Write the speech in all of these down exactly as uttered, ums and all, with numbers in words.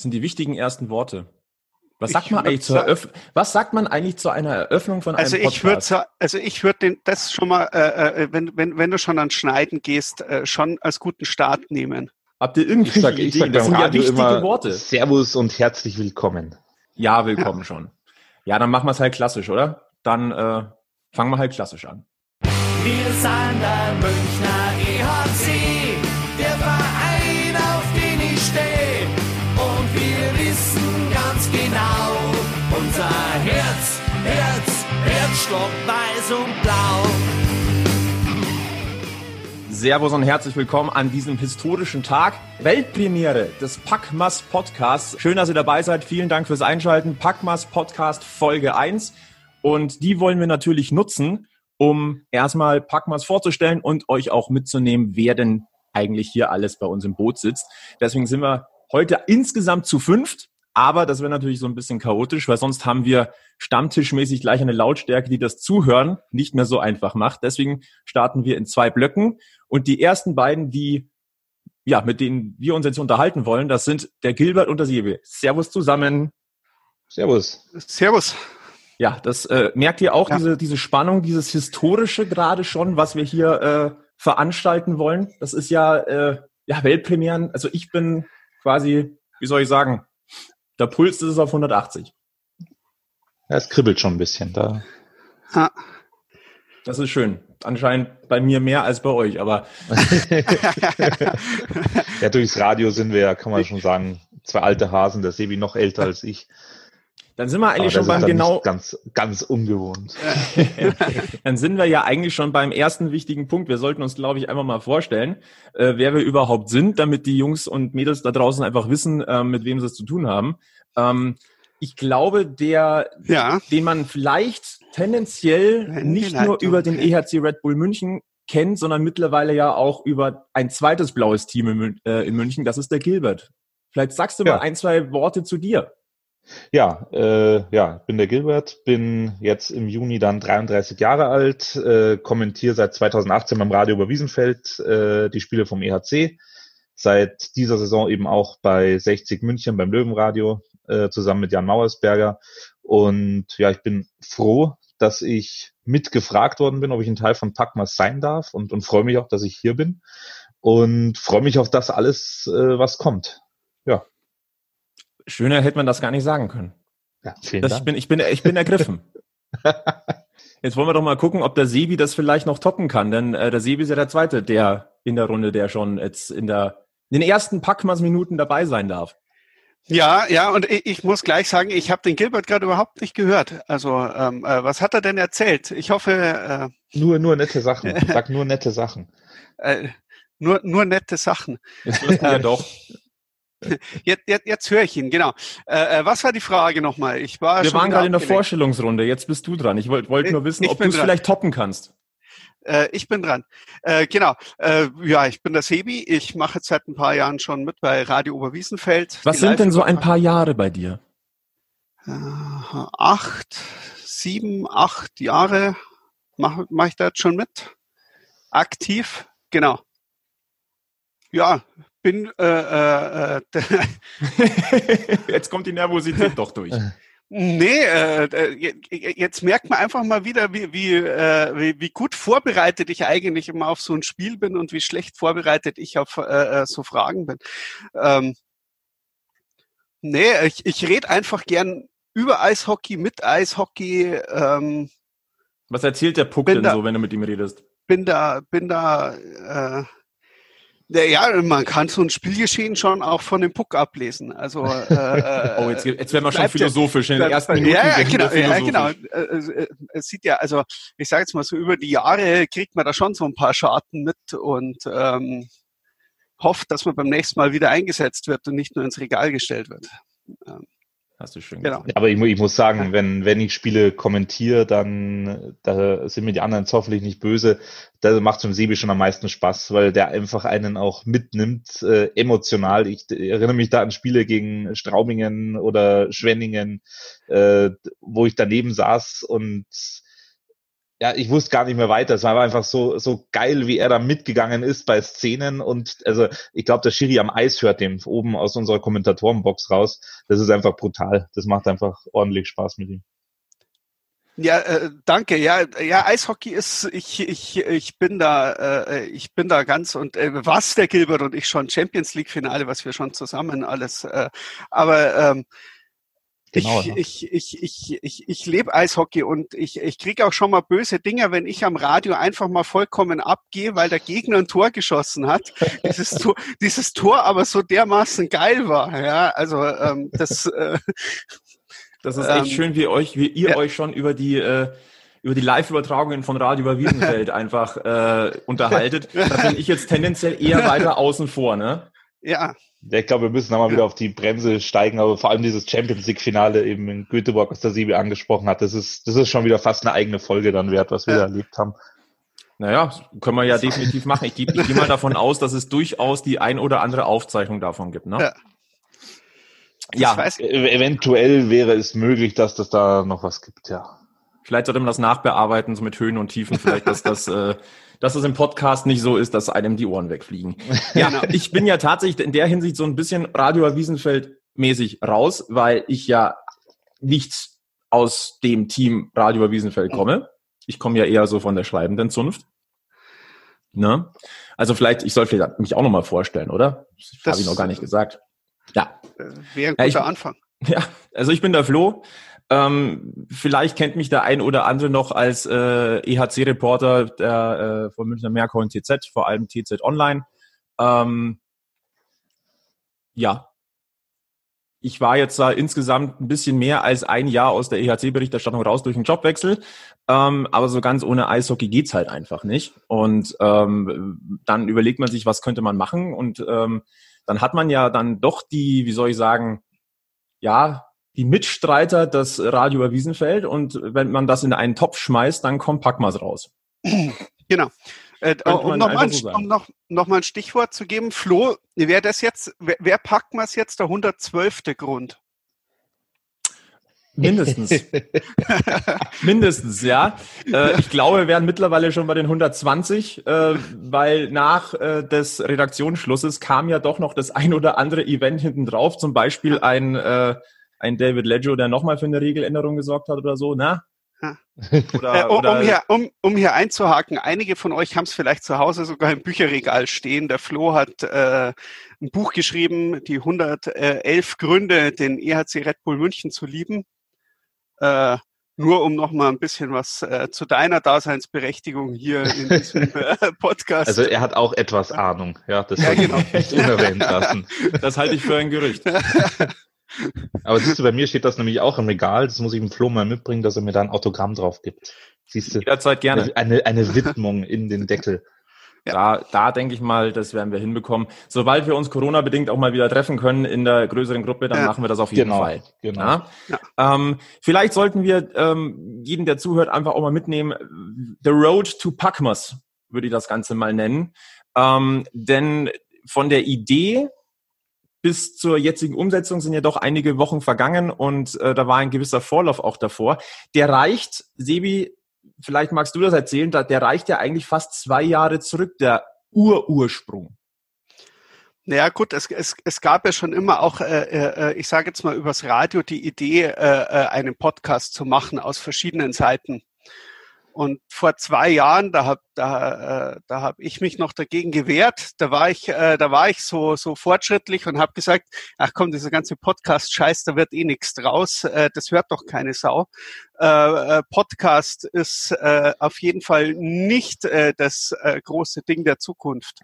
sind die wichtigen ersten Worte. Was sagt man eigentlich zur Eröff- Was sagt man eigentlich zu einer Eröffnung von einem also Podcast? Ich würd, also ich würde den das schon mal, äh, wenn, wenn, wenn du schon ans Schneiden gehst, äh, schon als guten Start nehmen. Habt ihr irgendwelche ich sag, Ideen? Ich sag das beim sind Radio ja wichtige immer Worte. Servus und herzlich willkommen. Ja, willkommen Ja. schon. Ja, dann machen wir es halt klassisch, oder? Dann äh, fangen wir halt klassisch an. Wir sind der Münchner E H C, der Verein, auf den ich stehe. Und wir wissen ganz genau, unser Herz, Herz, Herzschlag weiß und blau. Servus und herzlich willkommen an diesem historischen Tag. Weltpremiere des Packmas Podcasts. Schön, dass ihr dabei seid. Vielen Dank fürs Einschalten. Packmas Podcast Folge eins. Und die wollen wir natürlich nutzen, um erstmal Packmas vorzustellen und euch auch mitzunehmen, wer denn eigentlich hier alles bei uns im Boot sitzt. Deswegen sind wir heute insgesamt zu fünft. Aber das wäre natürlich so ein bisschen chaotisch, weil sonst haben wir stammtischmäßig gleich eine Lautstärke, die das Zuhören nicht mehr so einfach macht. Deswegen starten wir in zwei Blöcken. Und die ersten beiden, die, ja, mit denen wir uns jetzt unterhalten wollen, das sind der Gilbert und der Sebi. Servus zusammen. Servus. Servus. Ja, das äh, merkt ihr auch, Ja. diese diese Spannung, dieses Historische gerade schon, was wir hier äh, veranstalten wollen. Das ist ja, äh, ja Weltpremieren. Also ich bin quasi, wie soll ich sagen, der Puls ist auf hundertachtzig. Ja, es kribbelt schon ein bisschen da. Ha. Das ist schön. Anscheinend bei mir mehr als bei euch, aber Ja, durchs Radio sind wir ja, kann man schon sagen, zwei alte Hasen, der Sebi noch älter als ich. dann sind wir Aber eigentlich das schon ist beim dann genau, nicht ganz, ganz ungewohnt. dann sind wir ja eigentlich schon beim ersten wichtigen Punkt. Wir sollten uns, glaube ich, einfach mal vorstellen, äh, wer wir überhaupt sind, damit die Jungs und Mädels da draußen einfach wissen, äh, mit wem sie es zu tun haben. Ähm, ich glaube, der, Ja. den man vielleicht tendenziell Wenn die nicht nur Leitung über den kennt. E H C Red Bull München kennt, sondern mittlerweile ja auch über ein zweites blaues Team in, Mün- äh, in München. Das ist der Gilbert. Vielleicht sagst du Ja. mal ein, zwei Worte zu dir. Ja, äh, ja, ich bin der Gilbert, bin jetzt im Juni dann dreiunddreißig Jahre alt, äh, kommentiere seit zweitausendachtzehn beim Radio über Wiesenfeld äh, die Spiele vom E H C. Seit dieser Saison eben auch bei sechzig München beim Löwenradio äh, zusammen mit Jan Mauersberger. Und ja, ich bin froh, dass ich mitgefragt worden bin, ob ich ein Teil von Packmas sein darf und, und freue mich auch, dass ich hier bin und freue mich auf das alles, äh, was kommt. Ja, Schöner hätte man das gar nicht sagen können. ja vielen Das, ich, Dank. bin, ich, bin, ich bin ergriffen. Jetzt wollen wir doch mal gucken, ob der Sebi das vielleicht noch toppen kann, denn äh, der Sebi ist ja der Zweite, der in der Runde, der schon jetzt in, der, in den ersten Packmas-Minuten dabei sein darf. Ja, ja, und ich, ich muss gleich sagen, ich habe den Gilbert gerade überhaupt nicht gehört. Also, ähm, äh, was hat er denn erzählt? Ich hoffe, Nur, nur nette Sachen. Sag nur nette Sachen. äh, äh, nur, nur nette Sachen. Jetzt wirst du ja doch. Jetzt, jetzt, jetzt höre ich ihn, genau. Äh, äh, was war die Frage nochmal? Ich war Wir schon waren wieder gerade in der abgelenkt. Vorstellungsrunde, jetzt bist du dran. Ich wollte wollt nur wissen, Ich ob bin du es dran. vielleicht toppen kannst. Äh, ich bin dran. Äh, genau. Äh, ja, ich bin der Sebi. Ich mache jetzt seit ein paar Jahren schon mit bei Radio Oberwiesenfeld. Was Die sind denn so ein Live- paar Jahre bei dir? Äh, acht, sieben, acht Jahre mache mach ich da jetzt schon mit. Aktiv, genau. Ja, bin äh, äh, äh, Jetzt kommt die Nervosität doch durch. Nee, äh, äh, jetzt merkt man einfach mal wieder, wie, wie, äh, wie, wie gut vorbereitet ich eigentlich immer auf so ein Spiel bin und wie schlecht vorbereitet ich auf äh, so Fragen bin. Ähm, nee, ich, ich rede einfach gern über Eishockey, mit Eishockey, ähm, Was erzählt der Puck Bin denn da- so, wenn du mit ihm redest? bin da, bin da, äh, ja, man kann so ein Spielgeschehen schon auch von dem Puck ablesen. Also, äh, Oh, jetzt, jetzt werden wir schon bleibt ja- philosophisch. In den ersten Minuten ja, ja, werden wir genau, ja, genau. philosophisch. Äh, äh, Es sieht ja, also ich sage jetzt mal so, über die Jahre kriegt man da schon so ein paar Scharten mit und ähm, hofft, dass man beim nächsten Mal wieder eingesetzt wird und nicht nur ins Regal gestellt wird. Ähm, Hast du schön Genau. gesagt. Aber ich, mu- ich muss sagen, wenn, wenn ich Spiele kommentiere, dann da sind mir die anderen hoffentlich nicht böse. Da macht es dem Sebi schon am meisten Spaß, weil der einfach einen auch mitnimmt, äh, emotional. Ich äh, erinnere mich da an Spiele gegen Straubingen oder Schwenningen, äh, wo ich daneben saß und Ja, ich wusste gar nicht mehr weiter. Es war einfach so so geil, wie er da mitgegangen ist bei Szenen. Und also ich glaube, der Schiri am Eis hört den oben aus unserer Kommentatorenbox raus. Das ist einfach brutal. Das macht einfach ordentlich Spaß mit ihm. Ja, äh, danke. Ja, ja, Eishockey ist, ich, ich, ich bin da, äh, ich bin da ganz und äh, was der Gilbert und ich schon Champions League Finale, was wir schon zusammen alles. Äh, aber ähm, Genau, ich, ja. ich, ich, ich, ich, ich lebe Eishockey und ich, ich kriege auch schon mal böse Dinge, wenn ich am Radio einfach mal vollkommen abgehe, weil der Gegner ein Tor geschossen hat. Dieses Tor, dieses Tor aber so dermaßen geil war. Ja, also ähm, das. Äh, Das ist echt ähm, schön, wie euch, wie ihr ja. euch schon über die äh, über die Live-Übertragungen von Radio über Wiesenfeld einfach äh, unterhaltet. Da bin ich jetzt tendenziell eher weiter außen vor, ne? Ja. Ich glaube, wir müssen nochmal wieder auf die Bremse steigen, aber vor allem dieses Champions League-Finale eben in Göteborg, was der Sebi angesprochen hat, das ist, das ist schon wieder fast eine eigene Folge dann wert, was wir Ja. da erlebt haben. Naja, können wir ja definitiv machen. Ich gehe ich geh mal davon aus, dass es durchaus die ein oder andere Aufzeichnung davon gibt, ne? Ja. Ja, Ich weiß, E- Eventuell wäre es möglich, dass das da noch was gibt, ja. vielleicht sollte man das nachbearbeiten, so mit Höhen und Tiefen, vielleicht, dass das, äh, dass das im Podcast nicht so ist, dass einem die Ohren wegfliegen. Ja, Genau. ich bin ja tatsächlich in der Hinsicht so ein bisschen Radio Wiesenfeld mäßig raus, weil ich ja nicht aus dem Team Radio Wiesenfeld komme. Ich komme ja eher so von der schreibenden Zunft. Ne? Also vielleicht, ich soll vielleicht mich auch nochmal vorstellen, oder? Das Das- habe ich noch gar nicht gesagt. Ja. wäre ein Ja, guter ich- Anfang. Ja, also ich bin der Flo. Ähm, vielleicht kennt mich der ein oder andere noch als äh, E H C-Reporter der, äh, von Münchner Merkur und T Z, vor allem T Z Online. Ähm, ja, ich war jetzt da insgesamt ein bisschen mehr als ein Jahr aus der E H C-Berichterstattung raus durch einen Jobwechsel. Ähm, aber so ganz ohne Eishockey geht's halt einfach nicht. Und ähm, dann überlegt man sich, was könnte man machen. Und ähm, dann hat man ja dann doch die, wie soll ich sagen, ja, die Mitstreiter des Radio über Wiesenfeld. Und wenn man das in einen Topf schmeißt, dann kommt Packmas raus. Genau. Äh, Könnte um man nochmal einfach ein, so sagen. um noch, noch mal ein Stichwort zu geben, Flo, wer das jetzt, wer, wer packt man jetzt der hundertzwölfte Grund? Mindestens. Mindestens, ja. Äh, ich glaube, wir wären mittlerweile schon bei den hundertzwanzig, äh, weil nach äh, des Redaktionsschlusses kam ja doch noch das ein oder andere Event hinten drauf, zum Beispiel ein, äh, ein David Leggio, der nochmal für eine Regeländerung gesorgt hat oder so, na? Ja. Oder, Äh, um, oder, um, hier, um, um hier einzuhaken, einige von euch haben es vielleicht zu Hause sogar im Bücherregal stehen. Der Flo hat äh, ein Buch geschrieben, die hundertelf Gründe, den E H C Red Bull München zu lieben. Äh, nur um noch mal ein bisschen was äh, zu deiner Daseinsberechtigung hier in diesem äh, Podcast. Also er hat auch etwas Ahnung, ja, das Ja, soll genau. ich nicht unerwähnt lassen. das halte ich für ein Gerücht. Aber siehst du, bei mir steht das nämlich auch im Regal, das muss ich dem Flo mal mitbringen, dass er mir da ein Autogramm drauf gibt. Siehst du, Jederzeit gerne. eine, eine Widmung in den Deckel. Da, da denke ich mal, das werden wir hinbekommen. Sobald wir uns Corona-bedingt auch mal wieder treffen können in der größeren Gruppe, dann Ja. machen wir das auf jeden Genau, Fall. genau. Ja? Ja. Ähm, vielleicht sollten wir ähm, jeden, der zuhört, einfach auch mal mitnehmen. The Road to Packmas würde ich das Ganze mal nennen. Ähm, denn von der Idee bis zur jetzigen Umsetzung sind ja doch einige Wochen vergangen und äh, da war ein gewisser Vorlauf auch davor. Der reicht, Sebi, vielleicht magst du das erzählen, der reicht ja eigentlich fast zwei Jahre zurück, der Ur-Ursprung. Naja gut, es, es, es gab ja schon immer auch, äh, äh, ich sage jetzt mal übers Radio, die Idee, äh, äh, einen Podcast zu machen aus verschiedenen Seiten. Und vor zwei Jahren, da hab, da, äh, da hab ich mich noch dagegen gewehrt. Da war ich, äh, da war ich so, so fortschrittlich und habe gesagt: Ach komm, dieser ganze Podcast-Scheiß, da wird eh nichts draus. Äh, das hört doch keine Sau. Äh, äh, Podcast ist äh, auf jeden Fall nicht äh, das äh, große Ding der Zukunft.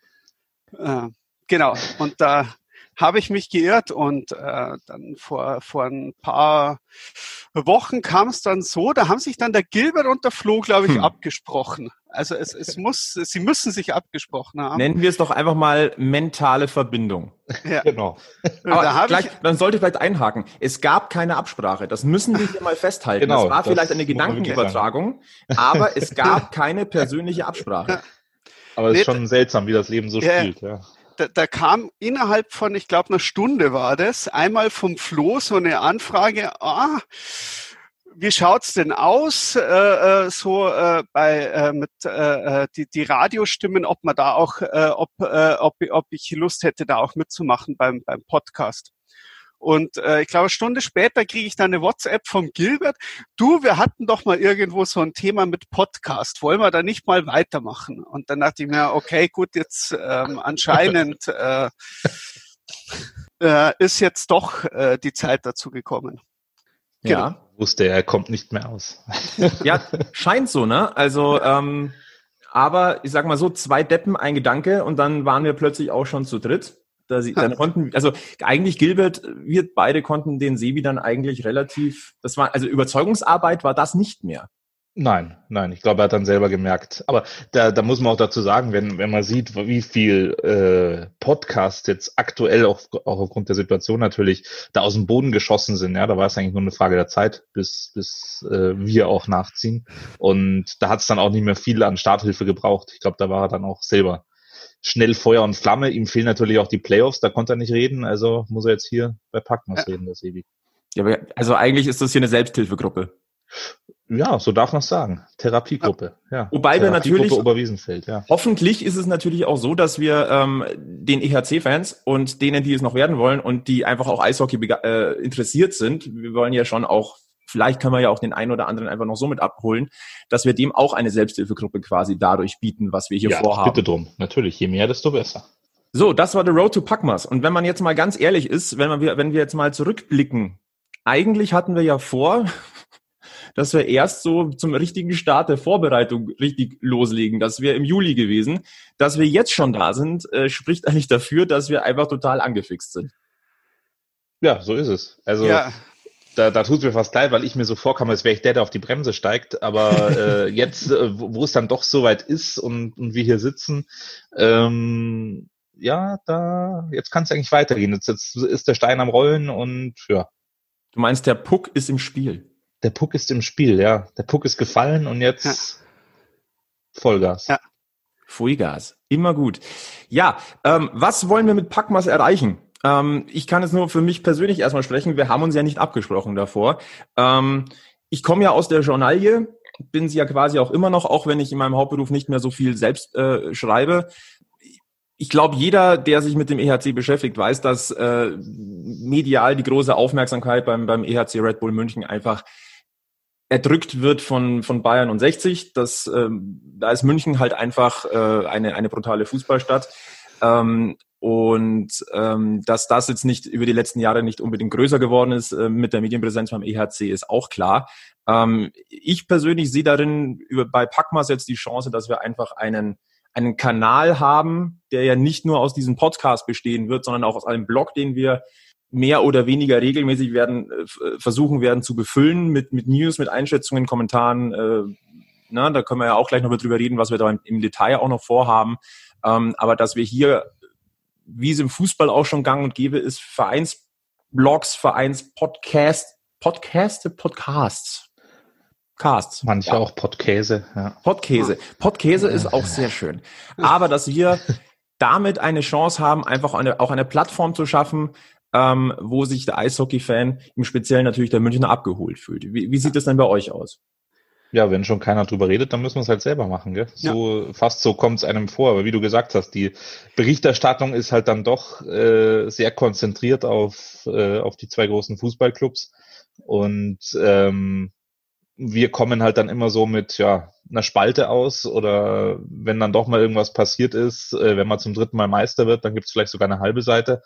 Äh, genau. Und da habe ich mich geirrt und äh, dann vor vor ein paar Wochen kam es dann so, da haben sich dann der Gilbert und der Flo, glaube ich, Hm. abgesprochen. Also es, es muss, sie müssen sich abgesprochen haben. Nennen wir es doch einfach mal mentale Verbindung. Ja. Genau. Aber da habe gleich, ich, dann sollte ich vielleicht einhaken. Es gab keine Absprache. Das müssen wir hier mal festhalten. Genau, das war das vielleicht eine muss man wirklich Gedankenübertragung, aber es gab keine persönliche Absprache. Aber es Nee, ist schon seltsam, wie das Leben so Ja. spielt. Ja. da, da kam innerhalb von, ich glaube, einer Stunde war das, einmal vom Flo so eine Anfrage: Ah, wie schaut's denn aus, äh, so äh, bei äh, mit äh, die die Radiostimmen, ob man da auch, äh, ob äh, ob ob ich Lust hätte, da auch mitzumachen beim beim Podcast? Und äh, ich glaube, eine Stunde später kriege ich dann eine WhatsApp vom Gilbert. Du, wir hatten doch mal irgendwo so ein Thema mit Podcast. Wollen wir da nicht mal weitermachen? Und dann dachte ich mir, okay, gut, jetzt ähm, anscheinend äh, äh, ist jetzt doch äh, die Zeit dazu gekommen. Genau. Ja. Wusste er, er kommt nicht mehr aus. Ja, scheint so, ne? Also, ähm, aber ich sag mal so, zwei Deppen, ein Gedanke und dann waren wir plötzlich auch schon zu dritt. Da sie, dann konnten, also eigentlich Gilbert, wir beide konnten den Sebi dann eigentlich relativ, das war, also Überzeugungsarbeit war das nicht mehr. Nein, nein, ich glaube, er hat dann selber gemerkt. Aber da, da muss man auch dazu sagen, wenn, wenn man sieht, wie viel äh, Podcasts jetzt aktuell auch, auch aufgrund der Situation natürlich da aus dem Boden geschossen sind, ja, da war es eigentlich nur eine Frage der Zeit, bis, bis äh, wir auch nachziehen. Und da hat es dann auch nicht mehr viel an Starthilfe gebraucht. Ich glaube, da war er dann auch selber schnell Feuer und Flamme. Ihm fehlen natürlich auch die Playoffs, da konnte er nicht reden, also muss er jetzt hier bei Packmas ja. reden, der Sebi. Ja, aber also eigentlich ist das hier eine Selbsthilfegruppe. Ja, so darf man es sagen. Therapiegruppe, ja. Wobei wir natürlich, Oberwiesenfeld, ja. Hoffentlich ist es natürlich auch so, dass wir ähm, den E H C-Fans und denen, die es noch werden wollen und die einfach auch Eishockey äh, interessiert sind, wir wollen ja schon auch, vielleicht können wir ja auch den einen oder anderen einfach noch so mit abholen, dass wir dem auch eine Selbsthilfegruppe quasi dadurch bieten, was wir hier ja, vorhaben. Ja, bitte drum. Natürlich, je mehr, desto besser. So, das war The Road to Packmas. Und wenn man jetzt mal ganz ehrlich ist, wenn wir, wenn wir jetzt mal zurückblicken, eigentlich hatten wir ja vor, dass wir erst so zum richtigen Start der Vorbereitung richtig loslegen. Das wäre im Juli gewesen. Dass wir jetzt schon da sind, äh, spricht eigentlich dafür, dass wir einfach total angefixt sind. Ja, so ist es. Also ja. da, da tut es mir fast leid, weil ich mir so vorkomme, als wäre ich der, der auf die Bremse steigt. Aber äh, jetzt, äh, wo es dann doch soweit ist und, und wir hier sitzen, ähm, ja, da jetzt kann es eigentlich weitergehen. Jetzt, jetzt ist der Stein am Rollen und ja. Du meinst, der Puck ist im Spiel? Der Puck ist im Spiel, ja. Der Puck ist gefallen und jetzt ja. Vollgas. Ja. Vollgas, immer gut. Ja, ähm, was wollen wir mit Packmas erreichen? Ähm, ich kann jetzt nur für mich persönlich erstmal sprechen. Wir haben uns ja nicht abgesprochen davor. Ähm, ich komme ja aus der Journalie, bin sie ja quasi auch immer noch, auch wenn ich in meinem Hauptberuf nicht mehr so viel selbst äh, schreibe. Ich glaube, jeder, der sich mit dem E H C beschäftigt, weiß, dass äh, medial die große Aufmerksamkeit beim, beim E H C Red Bull München einfach erdrückt wird von von Bayern und sechzig. Das, ähm, da ist München halt einfach äh, eine eine brutale Fußballstadt. Ähm, und ähm, dass das jetzt nicht über die letzten Jahre nicht unbedingt größer geworden ist äh, mit der Medienpräsenz beim E H C, ist auch klar. Ähm, ich persönlich sehe darin über, bei Packmas jetzt die Chance, dass wir einfach einen einen Kanal haben, der ja nicht nur aus diesem Podcast bestehen wird, sondern auch aus einem Blog, den wir mehr oder weniger regelmäßig werden äh, versuchen werden zu befüllen mit mit News, mit Einschätzungen, Kommentaren. Äh, na, da können wir ja auch gleich noch drüber reden, was wir da im, im Detail auch noch vorhaben. Ähm, aber dass wir hier, wie es im Fußball auch schon gang und gäbe ist, Vereinsblogs, Vereinspodcasts, Podcasts, Podcasts. Casts. Manche ja. auch Podkäse. Ja. Podkäse. Podkäse ist auch sehr schön. Aber dass wir damit eine Chance haben, einfach eine, auch eine Plattform zu schaffen, ähm, wo sich der Eishockey-Fan, im Speziellen natürlich der Münchner, abgeholt fühlt. Wie, wie sieht das denn bei euch aus? Ja, wenn schon keiner drüber redet, dann müssen wir es halt selber machen, gell? So, ja. Fast so kommt es einem vor. Aber wie du gesagt hast, die Berichterstattung ist halt dann doch äh, sehr konzentriert auf, äh, auf die zwei großen Fußballclubs. Und ähm, wir kommen halt dann immer so mit ja einer Spalte aus oder wenn dann doch mal irgendwas passiert ist, äh, wenn man zum dritten Mal Meister wird, dann gibt es vielleicht sogar eine halbe Seite.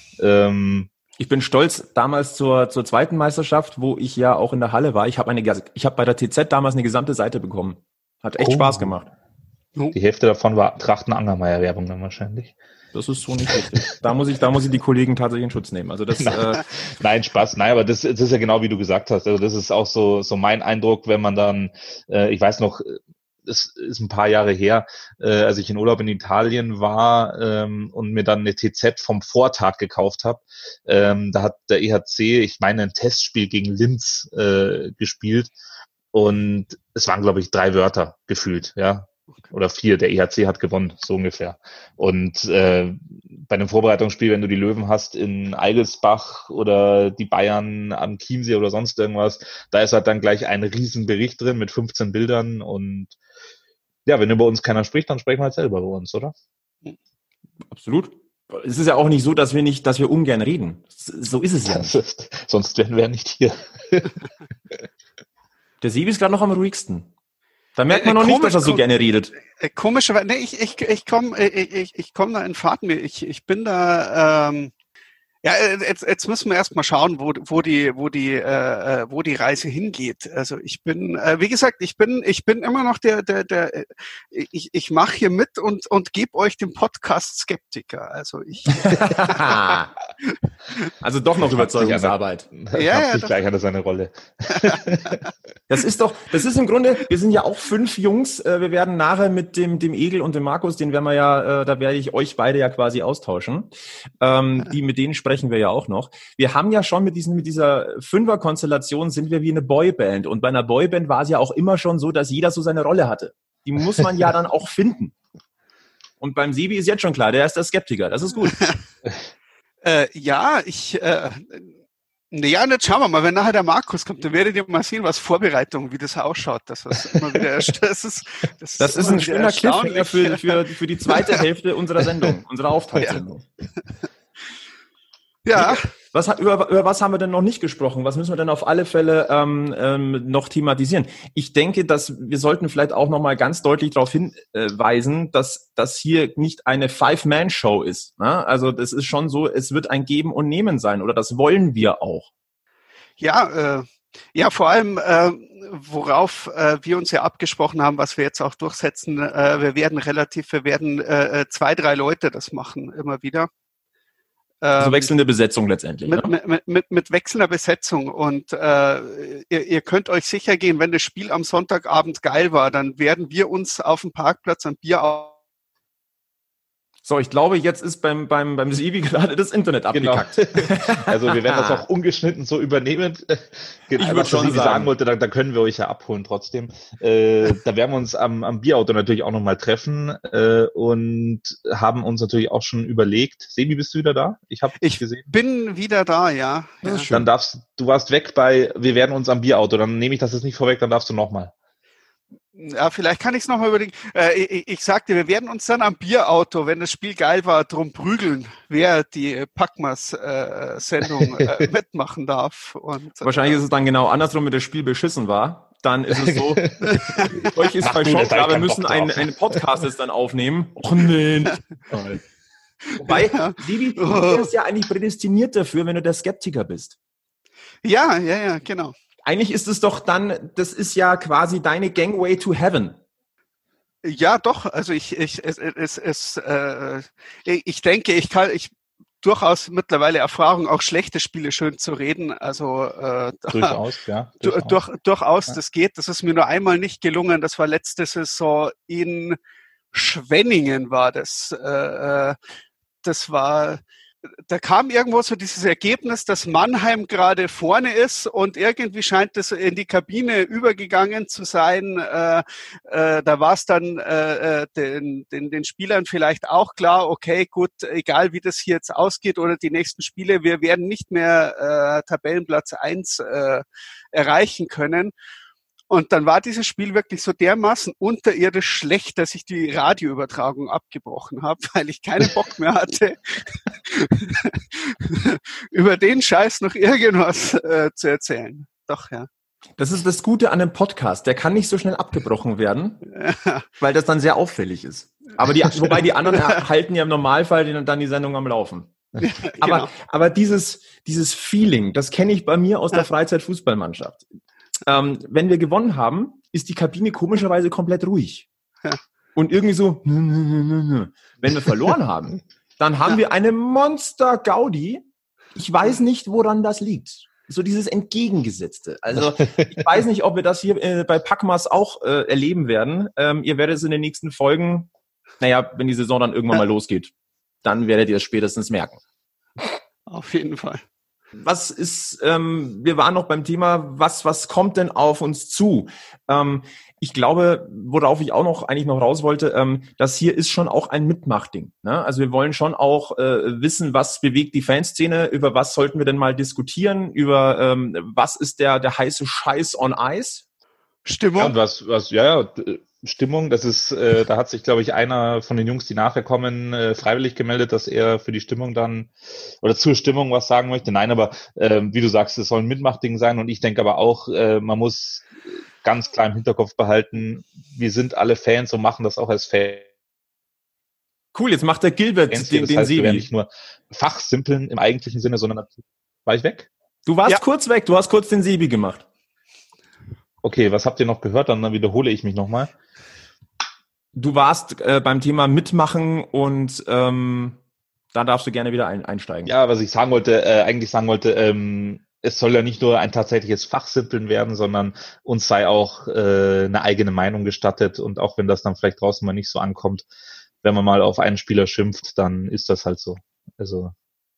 Ähm, ich bin stolz damals zur zur zweiten Meisterschaft, wo ich ja auch in der Halle war. Ich habe eine, ich habe bei der T Z damals eine gesamte Seite bekommen. Hat echt oh. Spaß gemacht. Die Hälfte davon war Trachten-Angermeier-Werbung dann wahrscheinlich. Das ist so nicht richtig. Da muss ich, da muss ich die Kollegen tatsächlich in Schutz nehmen. Also das. Äh Nein, Spaß. Nein, aber das, das ist ja genau wie du gesagt hast. Also das ist auch so, so mein Eindruck, wenn man dann, äh, ich weiß noch, es ist ein paar Jahre her, äh, als ich in Urlaub in Italien war ähm, und mir dann eine T Z vom Vortag gekauft habe. Ähm, da hat der E H C, ich meine, ein Testspiel gegen Linz äh, gespielt und es waren, glaube ich, drei Wörter gefühlt, ja. oder vier. Der E H C hat gewonnen, so ungefähr. Und äh, bei einem Vorbereitungsspiel, wenn du die Löwen hast in Eigelsbach oder die Bayern am Chiemsee oder sonst irgendwas, da ist halt dann gleich ein Riesenbericht drin mit fünfzehn Bildern. Und ja, wenn über uns keiner spricht, dann sprechen wir halt selber über uns, oder? Absolut. Es ist ja auch nicht so, dass wir nicht, dass wir ungern reden. So ist es ja. Ist, sonst wären wir nicht hier. Der Sebi ist gerade noch am ruhigsten. Da merkt man äh, noch komisch, nicht, dass er so gerne redet. Äh, komischerweise, ne, ich, ich, ich komme äh, ich, ich komm da in Faden. Ich, ich bin da, ähm, ja, jetzt, jetzt müssen wir erstmal schauen, wo, wo die, wo die, äh, wo die Reise hingeht. Also ich bin, äh, wie gesagt, ich bin, ich bin immer noch der, der, der, ich, ich mache hier mit und und gebe euch den Podcast Skeptiker. Also ich. Also doch noch Überzeugungsarbeit. Ja, ja. Ich gleich hatte seine Rolle. Das ist doch, das ist im Grunde, wir sind ja auch fünf Jungs. Wir werden nachher mit dem dem Egel und dem Markus, den werden wir ja, da werde ich euch beide ja quasi austauschen. Ähm, die mit denen sprechen wir ja auch noch. Wir haben ja schon mit diesen mit dieser Fünfer-Konstellation sind wir wie eine Boyband. Und bei einer Boyband war es ja auch immer schon so, dass jeder so seine Rolle hatte. Die muss man ja dann auch finden. Und beim Sebi ist jetzt schon klar, der ist der Skeptiker. Das ist gut. Äh, ja, ich, äh, ja, jetzt schauen wir mal, wenn nachher der Markus kommt, dann werdet ihr mal sehen, was Vorbereitung, wie das ausschaut. Das, was immer wieder, das ist, das, das ist ein schöner Cliffhanger für, für, für die zweite Hälfte unserer Sendung, unserer Auftaktsendung. Ja. Was hat, über, über was haben wir denn noch nicht gesprochen? Was müssen wir denn auf alle Fälle ähm, ähm, noch thematisieren? Ich denke, dass wir sollten vielleicht auch noch mal ganz deutlich darauf hinweisen, dass das hier nicht eine Five-Man-Show ist. Ne? Also das ist schon so, es wird ein Geben und Nehmen sein, oder das wollen wir auch. Ja, äh, ja, vor allem, äh, worauf äh, wir uns ja abgesprochen haben, was wir jetzt auch durchsetzen, äh, wir werden relativ, wir werden äh, zwei, drei Leute das machen, immer wieder. Also wechselnde Besetzung letztendlich. Mit, ne? mit, mit, mit wechselnder Besetzung. Und äh, ihr, ihr könnt euch sicher gehen, wenn das Spiel am Sonntagabend geil war, dann werden wir uns auf dem Parkplatz ein Bier auf. So, ich glaube, jetzt ist beim beim beim Sebi gerade das Internet abgekackt. Genau. Also wir werden das auch ungeschnitten so übernehmen. Ich würde schon Sebi sagen. sagen wollte, da, da können wir euch ja abholen trotzdem. Äh, da werden wir uns am, am Bierauto natürlich auch nochmal treffen äh, und haben uns natürlich auch schon überlegt. Sebi, bist du wieder da? Ich habe dich gesehen. Ich bin wieder da, ja. Das ist ja. schön. Dann darfst du warst weg bei, wir werden uns am Bierauto. Dann nehme ich das jetzt nicht vorweg, dann darfst du nochmal. Ja, vielleicht kann ich es nochmal überlegen. Äh, ich, ich sagte, wir werden uns dann am Bierauto, wenn das Spiel geil war, drum prügeln, wer die Packmas-Sendung äh, äh, mitmachen darf. Und, Wahrscheinlich äh, ist es dann genau andersrum, wenn das Spiel beschissen war. Dann ist es so, euch ist verschockt, klar, wir müssen einen, einen Podcast jetzt dann aufnehmen. Och nee. Wobei, Sebi, du bist ja eigentlich prädestiniert dafür, wenn du der Skeptiker bist. Ja, ja, ja, genau. Eigentlich ist es doch dann, das ist ja quasi deine Gangway to Heaven. Ja, doch. Also ich, ich, es, es, es, äh, ich denke, ich kann, ich durchaus mittlerweile Erfahrung, auch schlechte Spiele schön zu reden. Also äh, durchaus, ja. Durchaus, durch, durchaus ja. Das geht. Das ist mir nur einmal nicht gelungen. Das war letzte Saison in Schwenningen, war das. Äh, das war. Da kam irgendwo so dieses Ergebnis, dass Mannheim gerade vorne ist und irgendwie scheint es in die Kabine übergegangen zu sein. Äh, äh, da war es dann äh, den, den, den Spielern vielleicht auch klar, okay, gut, egal wie das hier jetzt ausgeht oder die nächsten Spiele, wir werden nicht mehr äh, Tabellenplatz eins äh, erreichen können. Und dann war dieses Spiel wirklich so dermaßen unterirdisch schlecht, dass ich die Radioübertragung abgebrochen habe, weil ich keinen Bock mehr hatte, über den Scheiß noch irgendwas äh, zu erzählen. Doch, ja. Das ist das Gute an einem Podcast. Der kann nicht so schnell abgebrochen werden, weil das dann sehr auffällig ist. Aber die, wobei die anderen halten ja im Normalfall dann die Sendung am Laufen. Ja, aber, genau. aber dieses, dieses Feeling, das kenne ich bei mir aus der Freizeitfußballmannschaft. Ähm, wenn wir gewonnen haben, ist die Kabine komischerweise komplett ruhig. Ja. Und irgendwie so, wenn wir verloren haben, dann haben ja. wir eine Monster-Gaudi. Ich weiß nicht, woran das liegt. So dieses Entgegengesetzte. Also ich weiß nicht, ob wir das hier äh, bei Packmas auch äh, erleben werden. Ähm, ihr werdet es in den nächsten Folgen, naja, wenn die Saison dann irgendwann mal losgeht, dann werdet ihr es spätestens merken. Auf jeden Fall. Was ist, ähm, wir waren noch beim Thema, was, was kommt denn auf uns zu? Ähm, ich glaube, worauf ich auch noch eigentlich noch raus wollte, ähm, das hier ist schon auch ein Mitmachding. Ne? Also wir wollen schon auch äh, wissen, was bewegt die Fanszene, über was sollten wir denn mal diskutieren, über ähm, was ist der, der heiße Scheiß on Ice? Stimmung. Ja, und was, was, ja, ja, Stimmung, das ist, äh, da hat sich, glaube ich, einer von den Jungs, die nachher kommen, äh, freiwillig gemeldet, dass er für die Stimmung dann oder zur Stimmung was sagen möchte. Nein, aber äh, wie du sagst, es soll ein Mitmachding sein und ich denke aber auch, äh, man muss ganz klar im Hinterkopf behalten, wir sind alle Fans und machen das auch als Fans. Cool, jetzt macht der Gilbert Fans den, das den heißt, wir werden Sebi. nicht nur fachsimpeln im eigentlichen Sinne, sondern war ich weg? Du warst Ja. kurz weg, du hast kurz den Sebi gemacht. Okay, was habt ihr noch gehört? Dann wiederhole ich mich nochmal. Du warst äh, beim Thema Mitmachen und ähm, da darfst du gerne wieder ein, einsteigen. Ja, was ich sagen wollte, äh, eigentlich sagen wollte, ähm, es soll ja nicht nur ein tatsächliches Fachsimpeln werden, sondern uns sei auch äh, eine eigene Meinung gestattet und auch wenn das dann vielleicht draußen mal nicht so ankommt, wenn man mal auf einen Spieler schimpft, dann ist das halt so. Also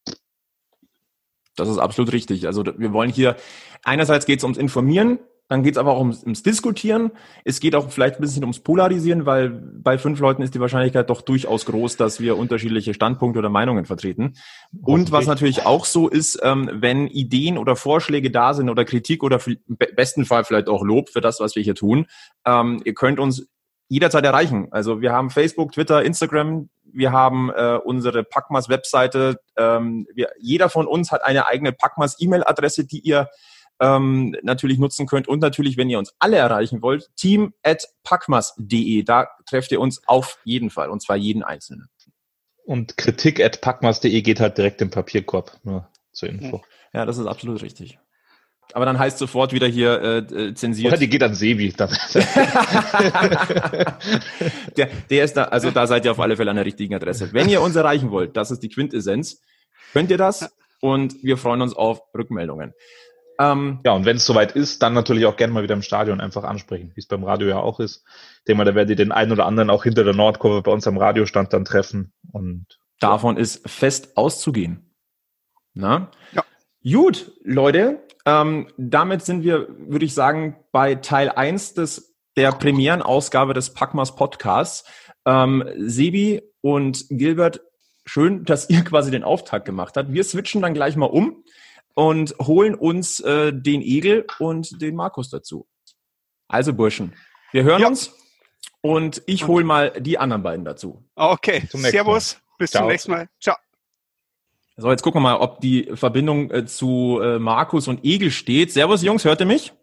Das ist absolut richtig. Also wir wollen hier, einerseits geht es ums Informieren, dann geht es aber auch ums, ums Diskutieren. Es geht auch vielleicht ein bisschen ums Polarisieren, weil bei fünf Leuten ist die Wahrscheinlichkeit doch durchaus groß, dass wir unterschiedliche Standpunkte oder Meinungen vertreten. Und was natürlich auch so ist, ähm, wenn Ideen oder Vorschläge da sind oder Kritik oder im besten Fall vielleicht auch Lob für das, was wir hier tun, ähm, ihr könnt uns jederzeit erreichen. Also wir haben Facebook, Twitter, Instagram, wir haben äh, unsere Packmas Webseite. Ähm, wir, jeder von uns hat eine eigene Packmas E-Mail-Adresse, die ihr ähm, natürlich nutzen könnt. Und natürlich, wenn ihr uns alle erreichen wollt, team at packmas punkt de. Da trefft ihr uns auf jeden Fall, und zwar jeden Einzelnen. und kritik at packmas punkt de geht halt direkt im Papierkorb, nur zur Info. Ja, das ist absolut richtig. Aber dann heißt sofort wieder hier äh, zensiert. Oder die geht an Sebi. Dann. der, der ist da, also da seid ihr auf alle Fälle an der richtigen Adresse. Wenn ihr uns erreichen wollt, das ist die Quintessenz, könnt ihr das und wir freuen uns auf Rückmeldungen. Ähm, Ja, und wenn es soweit ist, dann natürlich auch gerne mal wieder im Stadion einfach ansprechen, wie es beim Radio ja auch ist. Ich denke mal, da werdet ihr den einen oder anderen auch hinter der Nordkurve bei uns am Radiostand dann treffen. Und davon ist fest auszugehen. Na? Ja. Gut, Leute, ähm, damit sind wir, würde ich sagen, bei Teil eins des, der Premierenausgabe des Packmas Podcasts. Ähm, Sebi und Gilbert, schön, dass ihr quasi den Auftakt gemacht habt. Wir switchen dann gleich mal um und holen uns äh, den Egel und den Markus dazu. Also Burschen, wir hören Ja. uns und ich hole mal die anderen beiden dazu. Okay, Zum nächsten servus, bis Ciao. zum nächsten Mal. Ciao. So, jetzt gucken wir mal, ob die Verbindung äh, zu äh, Markus und Egel steht. Servus Jungs, hört ihr mich?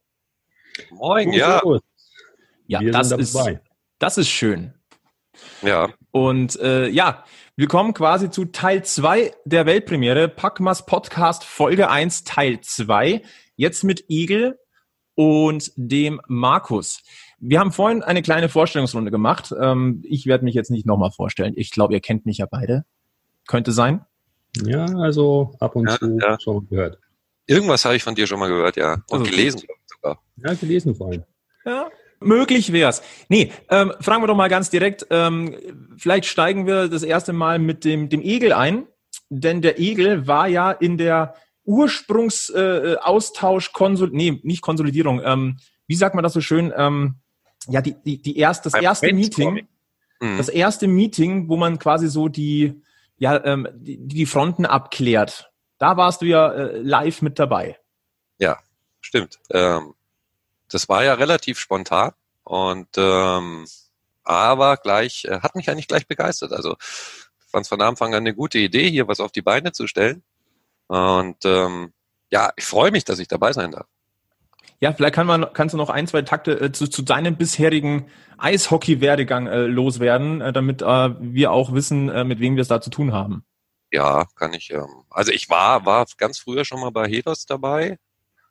Moin, ja. Ja, Wir das sind ist, dabei. das ist schön. Ja, Und äh, ja, wir kommen quasi zu Teil zwei der Weltpremiere, Packmas Podcast Folge eins, Teil zwei. Jetzt mit Egel und dem Markus. Wir haben vorhin eine kleine Vorstellungsrunde gemacht. Ähm, ich werde mich jetzt nicht nochmal vorstellen. Ich glaube, ihr kennt mich ja beide. Könnte sein. Ja, also ab und Ja, zu ja. schon mal gehört. irgendwas habe ich von dir schon mal gehört, ja. Und Also, gelesen glaub ich, sogar. Ja, gelesen vor allem. Ja, möglich wär's. Nee, ähm, fragen wir doch mal ganz direkt. Ähm, vielleicht steigen wir das erste Mal mit dem, dem Egel ein. Denn der Egel war ja in der Ursprungsaustausch, äh, Konsol, nee, nicht Konsolidierung. Ähm, wie sagt man das so schön? Ähm, ja, die, die, die erst, das Beim erste Brainstorming. Meeting, Mhm. das erste Meeting, wo man quasi so die, ja, ähm, die, die Fronten abklärt. Da warst du ja äh, live mit dabei. Ja, stimmt. Ähm, das war ja relativ spontan und ähm, aber gleich äh, hat mich eigentlich gleich begeistert. Also fand es von Anfang an eine gute Idee, hier was auf die Beine zu stellen. Und ähm, ja, ich freue mich, dass ich dabei sein darf. Ja, vielleicht kann man, kannst du noch ein, zwei Takte äh, zu, zu deinem bisherigen Eishockey-Werdegang äh, loswerden, äh, damit äh, wir auch wissen, äh, mit wem wir es da zu tun haben. Ja, kann ich. Ähm, also ich war war ganz früher schon mal bei Hedos dabei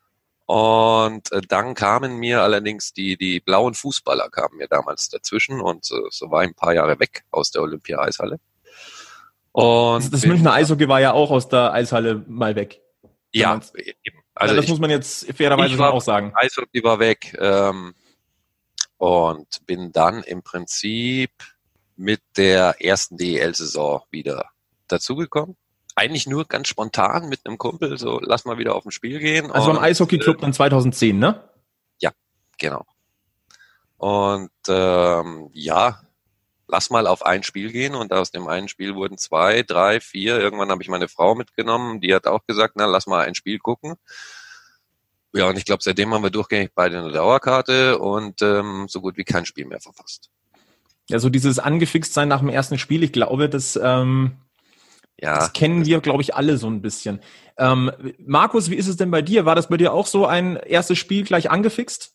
und äh, dann kamen mir allerdings die die blauen Fußballer kamen mir damals dazwischen und äh, so war ich ein paar Jahre weg aus der Olympia-Eishalle. Und Das, das bin- Münchner Eishockey war ja auch aus der Eishalle mal weg. ja, eben. Also Also das ich, muss man jetzt fairerweise ich schon war- auch sagen. Eishockey war weg ähm, und bin dann im Prinzip mit der ersten D E L-Saison wieder dazugekommen. eigentlich nur ganz spontan mit einem Kumpel, so lass mal wieder auf ein Spiel gehen. Also am Eishockey-Club äh, dann zweitausendzehn, ne? Ja, genau. Und ähm, ja, lass mal auf ein Spiel gehen und aus dem einen Spiel wurden zwei, drei, vier. Irgendwann habe ich meine Frau mitgenommen, die hat auch gesagt, na, lass mal ein Spiel gucken. Ja, und ich glaube, seitdem haben wir durchgängig beide eine Dauerkarte und ähm, so gut wie kein Spiel mehr verpasst. Ja, so dieses angefixt sein nach dem ersten Spiel, ich glaube, das, ähm, Ja, das kennen wir, glaube ich, alle so ein bisschen. Ähm, Markus, wie ist es denn bei dir? War das bei dir auch so ein erstes Spiel gleich angefixt?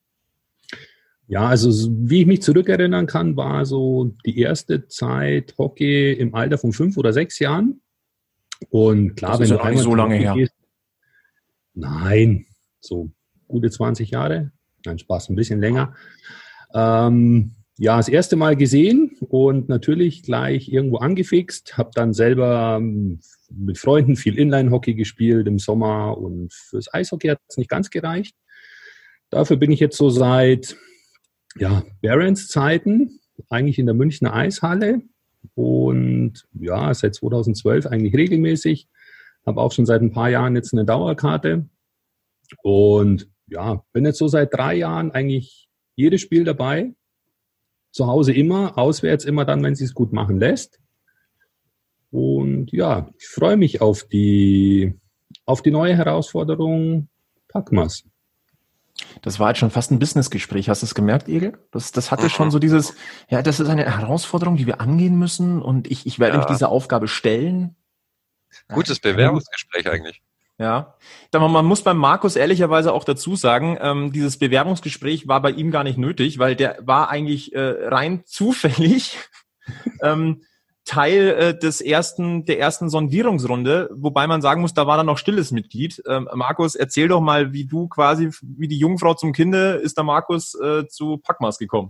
Ja, also s- wie ich mich zurückerinnern kann, war so die erste Zeit Hockey im Alter von fünf oder sechs Jahren. Und klar, Das wenn ist ja du noch nicht einmal so zum lange Hockey her. gehst, nein, so gute zwanzig Jahre. Nein, Spaß, ein bisschen länger. Ähm, ja, das erste Mal gesehen und natürlich gleich irgendwo angefixt. Habe dann selber ähm, mit Freunden viel Inline-Hockey gespielt im Sommer und fürs Eishockey hat es nicht ganz gereicht. Dafür bin ich jetzt so seit ja, Barons Zeiten eigentlich in der Münchner Eishalle und ja, seit zweitausendzwölf eigentlich regelmäßig. Habe auch schon seit ein paar Jahren jetzt eine Dauerkarte und ja, bin jetzt so seit drei Jahren eigentlich jedes Spiel dabei. Zu Hause immer, auswärts immer dann, wenn sie es gut machen lässt. Und ja, ich freue mich auf die, auf die neue Herausforderung Packmas. Das war jetzt schon fast ein Businessgespräch. Hast du es gemerkt, Egel? Das, das hatte schon so dieses, ja, das ist eine Herausforderung, die wir angehen müssen und ich, ich werde Ja. mich dieser Aufgabe stellen. gutes Bewerbungsgespräch eigentlich. Ja, aber man muss beim Markus ehrlicherweise auch dazu sagen, ähm, dieses Bewerbungsgespräch war bei ihm gar nicht nötig, weil der war eigentlich äh, rein zufällig ähm, Teil äh, des ersten, der ersten Sondierungsrunde, wobei man sagen muss, da war dann noch stilles Mitglied. Ähm, Markus, erzähl doch mal, wie du quasi, wie die Jungfrau zum Kinde, ist der Markus äh, zu Packmas gekommen?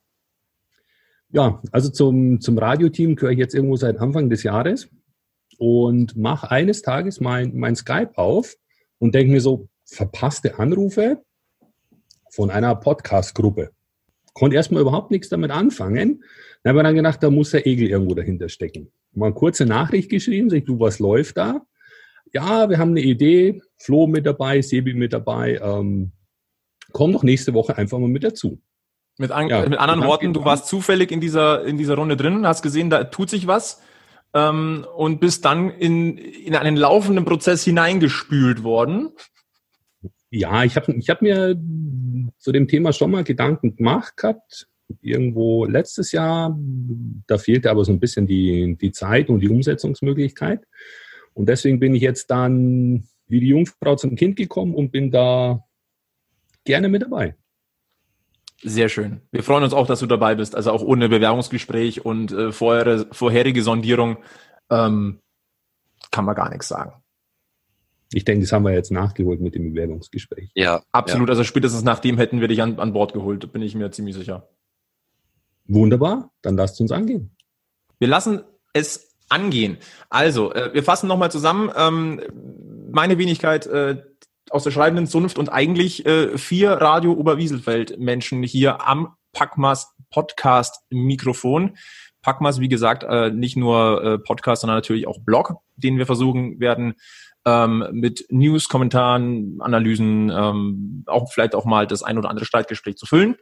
Ja, also zum, zum Radioteam gehöre ich jetzt irgendwo seit Anfang des Jahres und mache eines Tages mein, mein Skype auf und denke mir so, verpasste Anrufe von einer Podcast-Gruppe. Konnte erstmal überhaupt nichts damit anfangen. Dann habe ich dann gedacht, da muss der Egel irgendwo dahinter stecken. Mal eine kurze Nachricht geschrieben, sag ich, du, was läuft da? Ja, wir haben eine Idee, Flo mit dabei, Sebi mit dabei, ähm, komm doch nächste Woche einfach mal mit dazu. Mit, an, Ja, mit anderen und dann Worten, geht's du an. warst zufällig in dieser, in dieser Runde drin, hast gesehen, da tut sich was ähm, und bist dann in, in einen laufenden Prozess hineingespült worden. Ja, ich habe ich hab mir zu dem Thema schon mal Gedanken gemacht gehabt, irgendwo letztes Jahr. Da fehlte aber so ein bisschen die, die Zeit und die Umsetzungsmöglichkeit. Und deswegen bin ich jetzt dann wie die Jungfrau zum Kind gekommen und bin da gerne mit dabei. Sehr schön. Wir freuen uns auch, dass du dabei bist, also auch ohne Bewerbungsgespräch und äh, vorher, vorherige Sondierung ähm, kann man gar nichts sagen. Ich denke, das haben wir jetzt nachgeholt mit dem Bewerbungsgespräch. Ja, Absolut, also spätestens nach dem hätten wir dich an, an Bord geholt, bin ich mir ziemlich sicher. Wunderbar, dann lasst uns angehen. Wir lassen es angehen. Also, äh, wir fassen nochmal zusammen. Ähm, meine Wenigkeit äh, aus der schreibenden Zunft und eigentlich äh, vier Radio Oberwieselfeld-Menschen hier am Packmas Podcast-Mikrofon. Packmas, wie gesagt, äh, nicht nur äh, Podcast, sondern natürlich auch Blog, den wir versuchen werden, ähm, mit News, Kommentaren, Analysen, ähm, auch vielleicht auch mal das ein oder andere Streitgespräch zu füllen.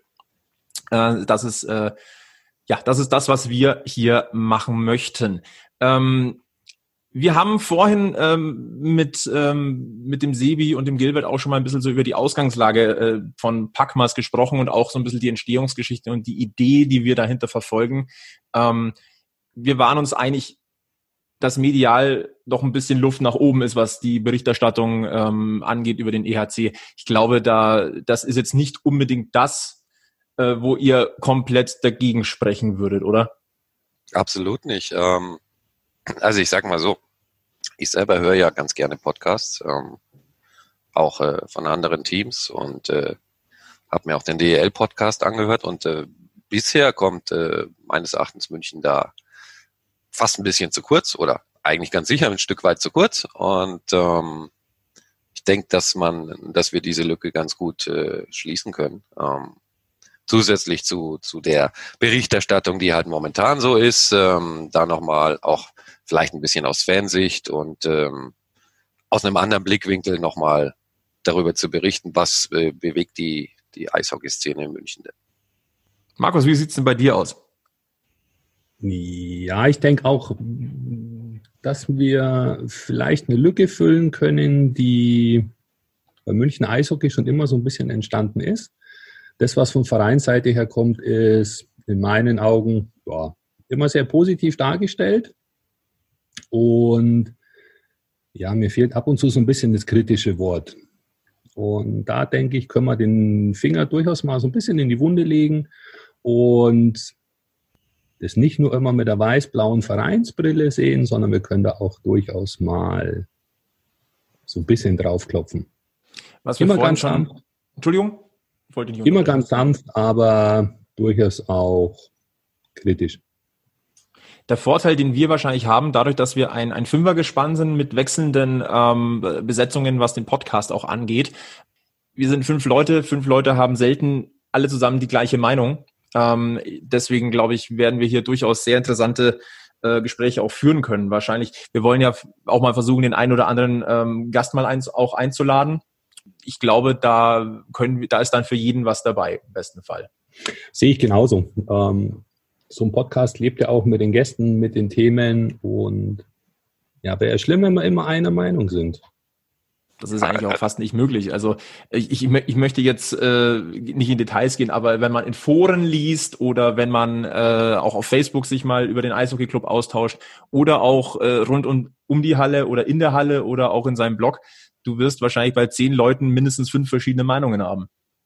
Äh, das ist äh, ja, das ist das, was wir hier machen möchten. Ähm, wir haben vorhin ähm, mit ähm, mit dem Sebi und dem Gilbert auch schon mal ein bisschen so über die Ausgangslage äh, von Packmas gesprochen und auch so ein bisschen die Entstehungsgeschichte und die Idee, die wir dahinter verfolgen. Ähm, wir waren uns einig, dass medial doch ein bisschen Luft nach oben ist, was die Berichterstattung ähm, angeht über den E H C. Ich glaube, da das ist jetzt nicht unbedingt das, äh, wo ihr komplett dagegen sprechen würdet, oder? absolut nicht. Ähm, also ich sag mal so, ich selber höre ja ganz gerne Podcasts, ähm, auch äh, von anderen Teams und äh, habe mir auch den D E L-Podcast angehört und äh, bisher kommt äh, meines Erachtens München da fast ein bisschen zu kurz oder eigentlich ganz sicher ein Stück weit zu kurz und ähm, ich denke, dass man, dass wir diese Lücke ganz gut äh, schließen können. Ähm, zusätzlich zu, zu der Berichterstattung, die halt momentan so ist, ähm, da nochmal auch vielleicht ein bisschen aus Fansicht und ähm, aus einem anderen Blickwinkel nochmal darüber zu berichten, was äh, bewegt die, die Eishockeyszene in München denn. Markus, wie sieht's denn bei dir aus? Ja, ich denke auch, dass wir vielleicht eine Lücke füllen können, die bei München Eishockey schon immer so ein bisschen entstanden ist. Das, was von Vereinsseite her kommt, ist in meinen Augen ja, immer sehr positiv dargestellt. Und ja, mir fehlt ab und zu so ein bisschen das kritische Wort. Und da denke ich, können wir den Finger durchaus mal so ein bisschen in die Wunde legen und das nicht nur immer mit der weiß-blauen Vereinsbrille sehen, sondern wir können da auch durchaus mal so ein bisschen draufklopfen. Was wir immer vorhin ganz schon, sanft, Entschuldigung, ich wollte nicht immer ganz sanft, aber durchaus auch kritisch. Der Vorteil, den wir wahrscheinlich haben, dadurch, dass wir ein, ein Fünfergespann sind mit wechselnden ähm, Besetzungen, was den Podcast auch angeht. Wir sind fünf Leute, fünf Leute haben selten alle zusammen die gleiche Meinung. Ähm, deswegen, glaube ich, werden wir hier durchaus sehr interessante äh, Gespräche auch führen können. Wahrscheinlich, wir wollen ja auch mal versuchen, den einen oder anderen ähm, Gast mal eins, auch einzuladen. Ich glaube, da können wir, da ist dann für jeden was dabei, im besten Fall. Sehe ich genauso. Ähm, so ein Podcast lebt ja auch mit den Gästen, mit den Themen und ja, wäre ja schlimm, wenn wir immer einer Meinung sind. Das ist eigentlich auch fast nicht möglich. Also ich, ich, ich möchte jetzt äh, nicht in Details gehen, aber wenn man in Foren liest oder wenn man äh, auch auf Facebook sich mal über den Eishockey-Club austauscht oder auch äh, rund um, um die Halle oder in der Halle oder auch in seinem Blog, du wirst wahrscheinlich bei zehn Leuten mindestens fünf verschiedene Meinungen haben.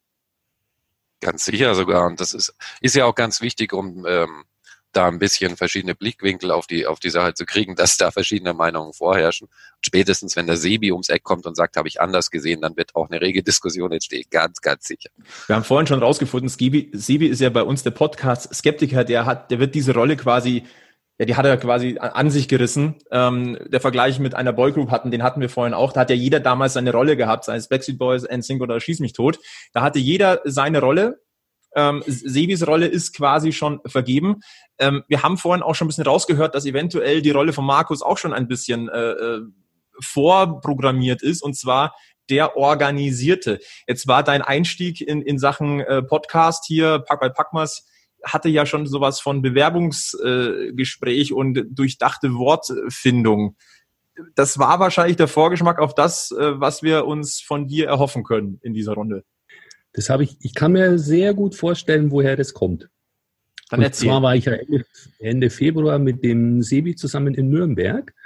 Ganz sicher sogar. Und das ist, ist ja auch ganz wichtig, um ähm, da ein bisschen verschiedene Blickwinkel auf die, auf die Sache zu kriegen, dass da verschiedene Meinungen vorherrschen. Und spätestens, wenn der Sebi ums Eck kommt und sagt, habe ich anders gesehen, dann wird auch eine rege Diskussion entstehen. Ganz, ganz sicher. Wir haben vorhin schon rausgefunden, Sebi, Sebi ist ja bei uns der Podcast-Skeptiker, der hat, der wird diese Rolle quasi, ja, die hat er quasi an sich gerissen. Ähm, der Vergleich mit einer Boygroup hatten, den hatten wir vorhin auch. Da hat ja jeder damals seine Rolle gehabt, sei es Backstreet Boys, N Sync oder Schieß mich tot. Da hatte jeder seine Rolle. Ähm, Sebis Rolle ist quasi schon vergeben. Ähm, wir haben vorhin auch schon ein bisschen rausgehört, dass eventuell die Rolle von Markus auch schon ein bisschen äh, vorprogrammiert ist, und zwar der Organisierte. Jetzt war dein Einstieg in, in Sachen äh, Podcast hier, Pack bei Packmas, hatte ja schon sowas von Bewerbungsgespräch äh, und durchdachte Wortfindung. Das war wahrscheinlich der Vorgeschmack auf das, äh, was wir uns von dir erhoffen können in dieser Runde. Das habe ich, ich kann mir sehr gut vorstellen, woher das kommt. Dann und erzähl. zwar war ich ja Ende, Ende Februar mit dem Sebi zusammen in Nürnberg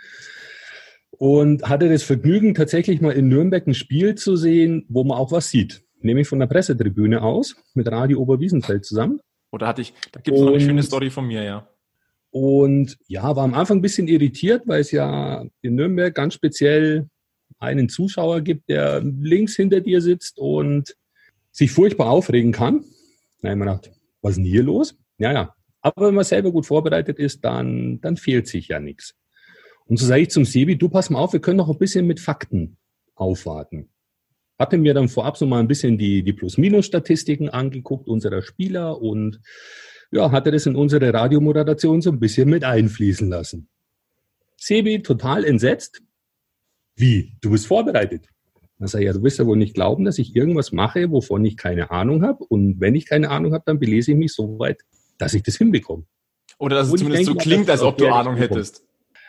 und hatte das Vergnügen, tatsächlich mal in Nürnberg ein Spiel zu sehen, wo man auch was sieht. Nämlich von der Pressetribüne aus, mit Radio Oberwiesenfeld zusammen. Oder hatte ich, da gibt es noch eine schöne Story von mir, ja. Und ja, war am Anfang ein bisschen irritiert, weil es ja in Nürnberg ganz speziell einen Zuschauer gibt, der links hinter dir sitzt und sich furchtbar aufregen kann. Da habe ich mir gedacht, was ist denn hier los? Ja, ja. Aber wenn man selber gut vorbereitet ist, dann, dann fehlt sich ja nichts. Und so sage ich zum Sebi, du pass mal auf, wir können noch ein bisschen mit Fakten aufwarten. Hatte mir dann vorab so mal ein bisschen die, die Plus-Minus-Statistiken angeguckt unserer Spieler und ja, hatte das in unsere Radiomoderation so ein bisschen mit einfließen lassen. Sebi total entsetzt. Wie? Du bist vorbereitet? Dann sage ich, ja, du wirst ja wohl nicht glauben, dass ich irgendwas mache, wovon ich keine Ahnung habe. Und wenn ich keine Ahnung habe, dann belese ich mich so weit, dass ich das hinbekomme. Oder dass es Und zumindest denke, so klingt, als ob du Ahnung hinbekomme. hättest.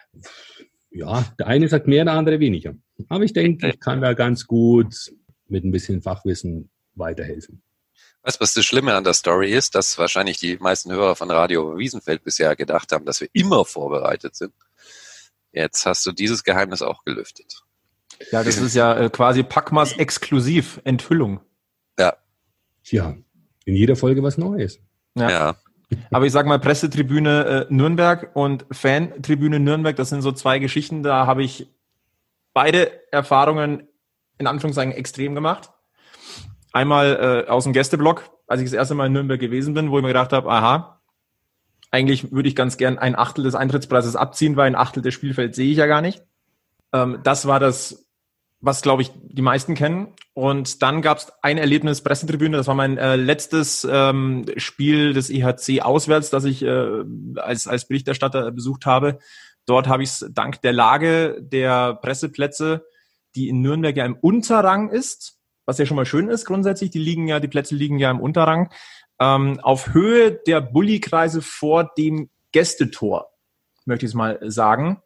Ja, der eine sagt mehr, der andere weniger. Aber ich denke, ich kann da ganz gut mit ein bisschen Fachwissen weiterhelfen. Weißt du, was das Schlimme an der Story ist, dass wahrscheinlich die meisten Hörer von Radio Wiesenfeld bisher gedacht haben, dass wir immer vorbereitet sind. Jetzt hast du dieses Geheimnis auch gelüftet. Ja, das ist ja äh, quasi Packmas exklusiv Enthüllung. Ja. Tja, in jeder Folge was Neues. Ja. Ja. Aber ich sag mal, Pressetribüne äh, Nürnberg und Fantribüne Nürnberg, das sind so zwei Geschichten, da habe ich beide Erfahrungen in Anführungszeichen extrem gemacht. Einmal äh, aus dem Gästeblock, als ich das erste Mal in Nürnberg gewesen bin, wo ich mir gedacht habe, aha, eigentlich würde ich ganz gern ein Achtel des Eintrittspreises abziehen, weil ein Achtel des Spielfelds sehe ich ja gar nicht. Ähm, das war das was, glaube ich, die meisten kennen. Und dann gab es ein Erlebnis, Pressetribüne, das war mein äh, letztes ähm, Spiel des E H C auswärts, das ich äh, als, als Berichterstatter besucht habe. Dort habe ich es dank der Lage der Presseplätze, die in Nürnberg ja im Unterrang ist, was ja schon mal schön ist grundsätzlich, die liegen ja, die Plätze liegen ja im Unterrang, ähm, auf Höhe der Bulli-Kreise vor dem Gästetor, möchte ich es mal sagen.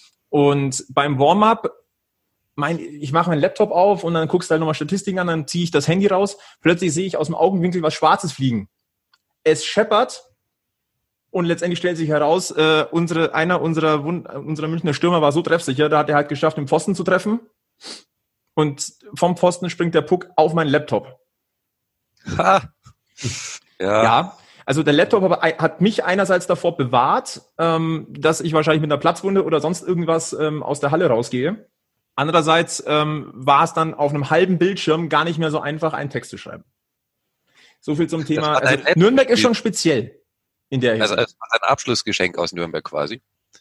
Und beim Warm-up, mein, ich mache meinen Laptop auf und dann guckst du halt nochmal Statistiken an, dann ziehe ich das Handy raus, plötzlich sehe ich aus dem Augenwinkel was Schwarzes fliegen. Es scheppert und letztendlich stellt sich heraus, äh, unsere, einer unserer, unserer Münchner Stürmer war so treffsicher, da hat er halt geschafft, den Pfosten zu treffen und vom Pfosten springt der Puck auf meinen Laptop. Ha. Ja. Ja. Also der Laptop aber hat mich einerseits davor bewahrt, ähm, dass ich wahrscheinlich mit einer Platzwunde oder sonst irgendwas ähm, aus der Halle rausgehe. Andererseits ähm, war es dann auf einem halben Bildschirm gar nicht mehr so einfach, einen Text zu schreiben. So viel zum Thema. Also Nürnberg ist schon speziell in der Hinsicht. Also ein Abschlussgeschenk aus Nürnberg quasi.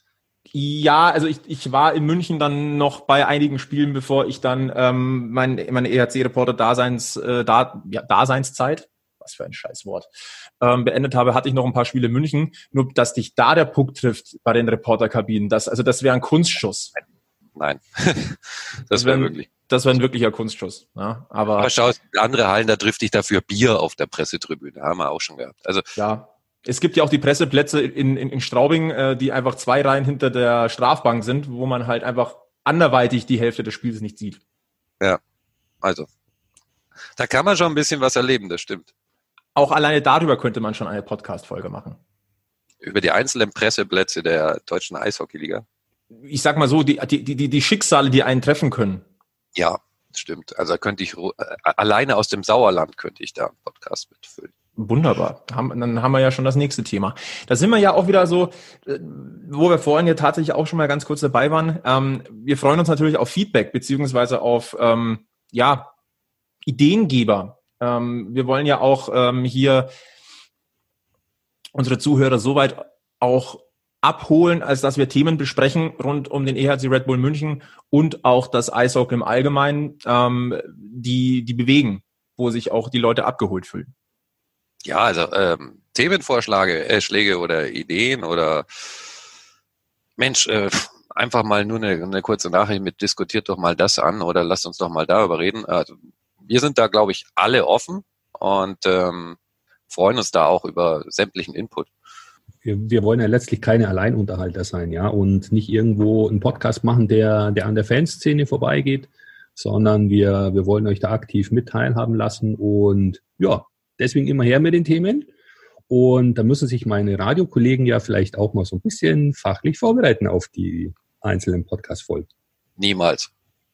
Ja, also ich, ich war in München dann noch bei einigen Spielen, bevor ich dann ähm, mein, meine E H C-Reporter-Daseins, äh, da, ja, Daseinszeit, was für ein Scheißwort, ähm, beendet habe, hatte ich noch ein paar Spiele in München. Nur, dass dich da der Puck trifft bei den Reporterkabinen, das, also das wäre ein Kunstschuss. Nein, das wäre wär wirklich. Das wäre ein wirklicher Kunstschuss. Ja, aber, aber schau, andere Hallen, da trifft dich dafür Bier auf der Pressetribüne, haben wir auch schon gehabt. Also ja, es gibt ja auch die Presseplätze in, in, in Straubing, äh, die einfach zwei Reihen hinter der Strafbank sind, wo man halt einfach anderweitig die Hälfte des Spiels nicht sieht. Ja, also da kann man schon ein bisschen was erleben, das stimmt. Auch alleine darüber könnte man schon eine Podcast-Folge machen. Über die einzelnen Presseplätze der deutschen Eishockeyliga? Ich sag mal so, die, die, die, die Schicksale, die einen treffen können. Ja, stimmt. Also könnte ich, äh, alleine aus dem Sauerland könnte ich da einen Podcast mitfüllen. Wunderbar. Haben, dann haben wir ja schon das nächste Thema. Da sind wir ja auch wieder so, wo wir vorhin ja tatsächlich auch schon mal ganz kurz dabei waren. Ähm, wir freuen uns natürlich auf Feedback, beziehungsweise auf, ähm, ja, Ideengeber. Ähm, wir wollen ja auch ähm, hier unsere Zuhörer soweit auch abholen, als dass wir Themen besprechen rund um den E H C Red Bull München und auch das Eishockey im Allgemeinen, ähm, die, die bewegen, wo sich auch die Leute abgeholt fühlen. Ja, also ähm, Themenvorschläge, äh, Schläge oder Ideen oder Mensch, äh, einfach mal nur eine, eine kurze Nachricht mit, diskutiert doch mal das an oder lasst uns doch mal darüber reden. Also, wir sind da, glaube ich, alle offen und ähm, freuen uns da auch über sämtlichen Input. Wir, wir wollen ja letztlich keine Alleinunterhalter sein, ja, und nicht irgendwo einen Podcast machen, der, der an der Fanszene vorbeigeht, sondern wir, wir wollen euch da aktiv mit teilhaben lassen und ja, deswegen immer her mit den Themen. Und da müssen sich meine Radiokollegen ja vielleicht auch mal so ein bisschen fachlich vorbereiten auf die einzelnen Podcast-Folgen. Niemals.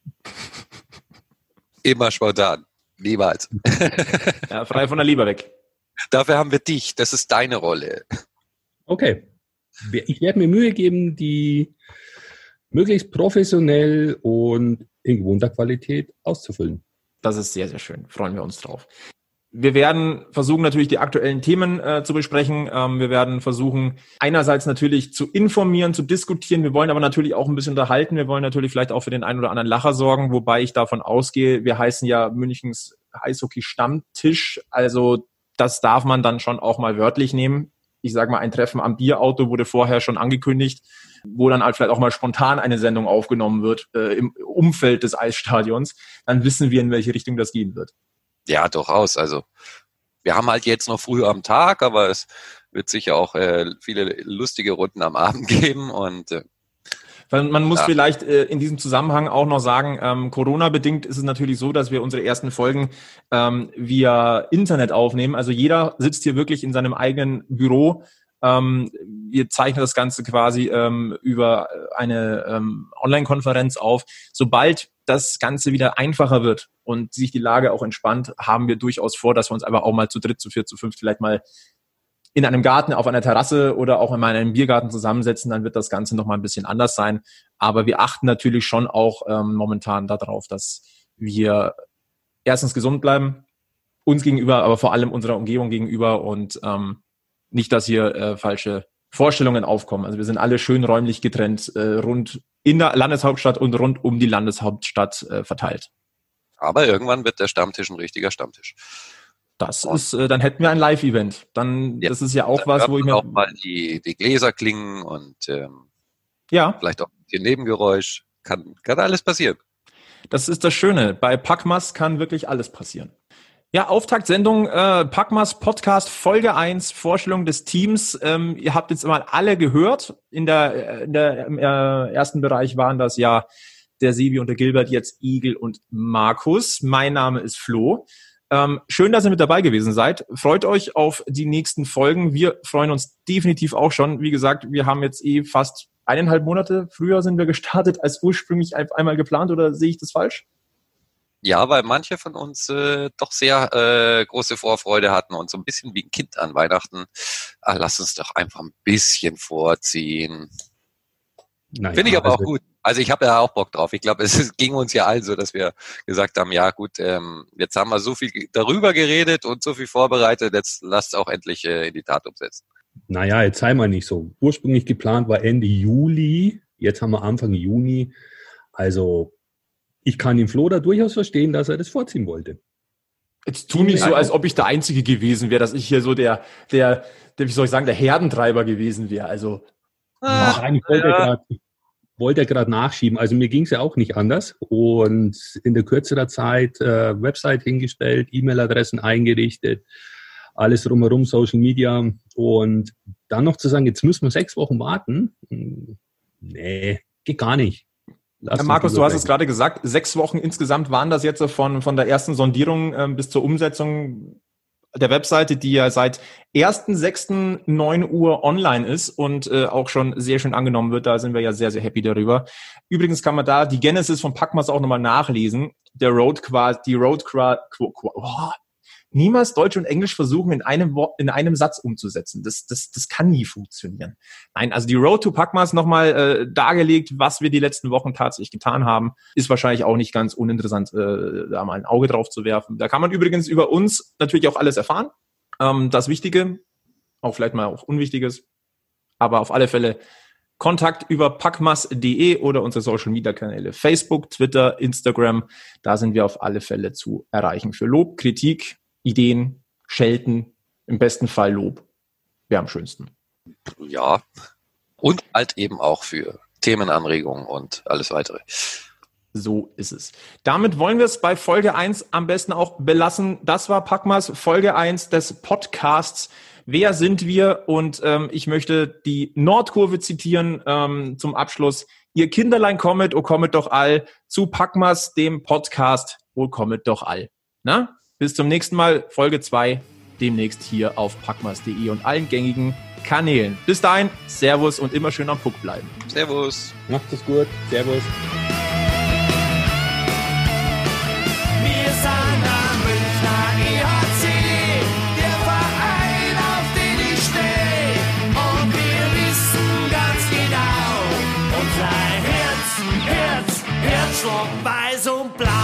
Immer spontan. Niemals. Ja, frei von der Leber weg. Dafür haben wir dich. Das ist deine Rolle. Okay. Ich werde mir Mühe geben, die möglichst professionell und in gewohnter Qualität auszufüllen. Das ist sehr, sehr schön. Freuen wir uns drauf. Wir werden versuchen, natürlich die aktuellen Themen äh, zu besprechen. Ähm, wir werden versuchen, einerseits natürlich zu informieren, zu diskutieren. Wir wollen aber natürlich auch ein bisschen unterhalten. Wir wollen natürlich vielleicht auch für den einen oder anderen Lacher sorgen, wobei ich davon ausgehe, wir heißen ja Münchens Eishockey-Stammtisch. Also das darf man dann schon auch mal wörtlich nehmen. Ich sage mal, ein Treffen am Bierauto wurde vorher schon angekündigt, wo dann halt vielleicht auch mal spontan eine Sendung aufgenommen wird äh, im Umfeld des Eisstadions. Dann wissen wir, in welche Richtung das gehen wird. Ja, durchaus. Also wir haben halt jetzt noch früh am Tag, aber es wird sicher auch äh, viele lustige Runden am Abend geben. Und äh, man muss ja. vielleicht äh, in diesem Zusammenhang auch noch sagen, ähm, Corona-bedingt ist es natürlich so, dass wir unsere ersten Folgen ähm, via Internet aufnehmen. Also jeder sitzt hier wirklich in seinem eigenen Büro. Ähm, wir zeichnen das Ganze quasi ähm, über eine ähm, Online-Konferenz auf. Sobald das Ganze wieder einfacher wird und sich die Lage auch entspannt, haben wir durchaus vor, dass wir uns einfach auch mal zu dritt, zu viert, zu fünft vielleicht mal in einem Garten, auf einer Terrasse oder auch in einem Biergarten zusammensetzen. Dann wird das Ganze noch mal ein bisschen anders sein. Aber wir achten natürlich schon auch ähm, momentan darauf, dass wir erstens gesund bleiben, uns gegenüber, aber vor allem unserer Umgebung gegenüber und ähm, nicht, dass hier äh, falsche Vorstellungen aufkommen. Also wir sind alle schön räumlich getrennt, äh, rund in der Landeshauptstadt und rund um die Landeshauptstadt äh, verteilt. Aber irgendwann wird der Stammtisch ein richtiger Stammtisch. Das ist, äh, dann hätten wir ein Live-Event. Dann, ja, das ist ja auch dann was, wo ich mir auch mal die, die Gläser klingen und ähm, ja, vielleicht auch ein bisschen Nebengeräusch. Kann, kann alles passieren. Das ist das Schöne. Bei Packmas kann wirklich alles passieren. Ja, Auftaktsendung, äh, Packmas Podcast Folge eins, Vorstellung des Teams. Ähm, ihr habt jetzt mal alle gehört. In der, in der im äh, ersten Bereich waren das ja der Sebi und der Gilbert, jetzt Igel und Markus. Mein Name ist Flo. Ähm, schön, dass ihr mit dabei gewesen seid. Freut euch auf die nächsten Folgen. Wir freuen uns definitiv auch schon. Wie gesagt, wir haben jetzt eh fast eineinhalb Monate früher sind wir gestartet als ursprünglich einmal geplant, oder sehe ich das falsch? Ja, weil manche von uns äh, doch sehr äh, große Vorfreude hatten und so ein bisschen wie ein Kind an Weihnachten. Ah, lass uns doch einfach ein bisschen vorziehen. Naja, Finde ich aber also auch gut. Also ich habe ja auch Bock drauf. Ich glaube, es ging uns ja allen so, dass wir gesagt haben, ja gut, ähm, jetzt haben wir so viel darüber geredet und so viel vorbereitet, jetzt lasst auch endlich äh, in die Tat umsetzen. Naja, jetzt sei mal nicht so. Ursprünglich geplant war Ende Juli, jetzt haben wir Anfang Juni. Also ich kann den Flo da durchaus verstehen, dass er das vorziehen wollte. Jetzt tu nicht so, als ob ich der Einzige gewesen wäre, dass ich hier so der, der, der, wie soll ich sagen, der Herdentreiber gewesen wäre. Also Ach, Nein, ich wollte ja gerade wollte gerade nachschieben. Also mir ging es ja auch nicht anders. Und in der kürzerer Zeit äh, Website hingestellt, E-Mail-Adressen eingerichtet, alles drumherum, Social Media. Und dann noch zu sagen, jetzt müssen wir sechs Wochen warten. Nee, geht gar nicht. Ja, Markus, du hast es gerade gesagt, sechs Wochen insgesamt waren das jetzt von, von der ersten Sondierung ähm, bis zur Umsetzung der Webseite, die ja seit ersten sechsten neun Uhr online ist und äh, auch schon sehr schön angenommen wird. Da sind wir ja sehr, sehr happy darüber. Übrigens kann man da die Genesis von Packmas auch nochmal nachlesen. Der Road quasi, die Road quasi, oh, niemals Deutsch und Englisch versuchen, in einem Wort, in einem Satz umzusetzen. Das, das, das kann nie funktionieren. Nein, also die Road to Packmas nochmal äh, dargelegt, was wir die letzten Wochen tatsächlich getan haben, ist wahrscheinlich auch nicht ganz uninteressant, äh, da mal ein Auge drauf zu werfen. Da kann man übrigens über uns natürlich auch alles erfahren. Ähm, das Wichtige, auch vielleicht mal auch Unwichtiges, aber auf alle Fälle Kontakt über packmas punkt de oder unsere Social Media Kanäle Facebook, Twitter, Instagram. Da sind wir auf alle Fälle zu erreichen für Lob, Kritik, Ideen, Schelten, im besten Fall Lob. Wäre am schönsten. Ja, und halt eben auch für Themenanregungen und alles weitere. So ist es. Damit wollen wir es bei Folge eins am besten auch belassen. Das war Packmas Folge eins des Podcasts. Wer sind wir? Und ähm, ich möchte die Nordkurve zitieren ähm, zum Abschluss. Ihr Kinderlein kommet, o kommet doch all, zu Packmas, dem Podcast, o kommet doch all. Na? Bis zum nächsten Mal, Folge zwei, demnächst hier auf packmas punkt de und allen gängigen Kanälen. Bis dahin, Servus und immer schön am Puck bleiben. Servus. Macht es gut. Servus. Wir sind der Münchner E H C, der Verein, auf den ich stehe. Und wir wissen ganz genau, unser Herz, Herz, Herzschlag weiß und blau.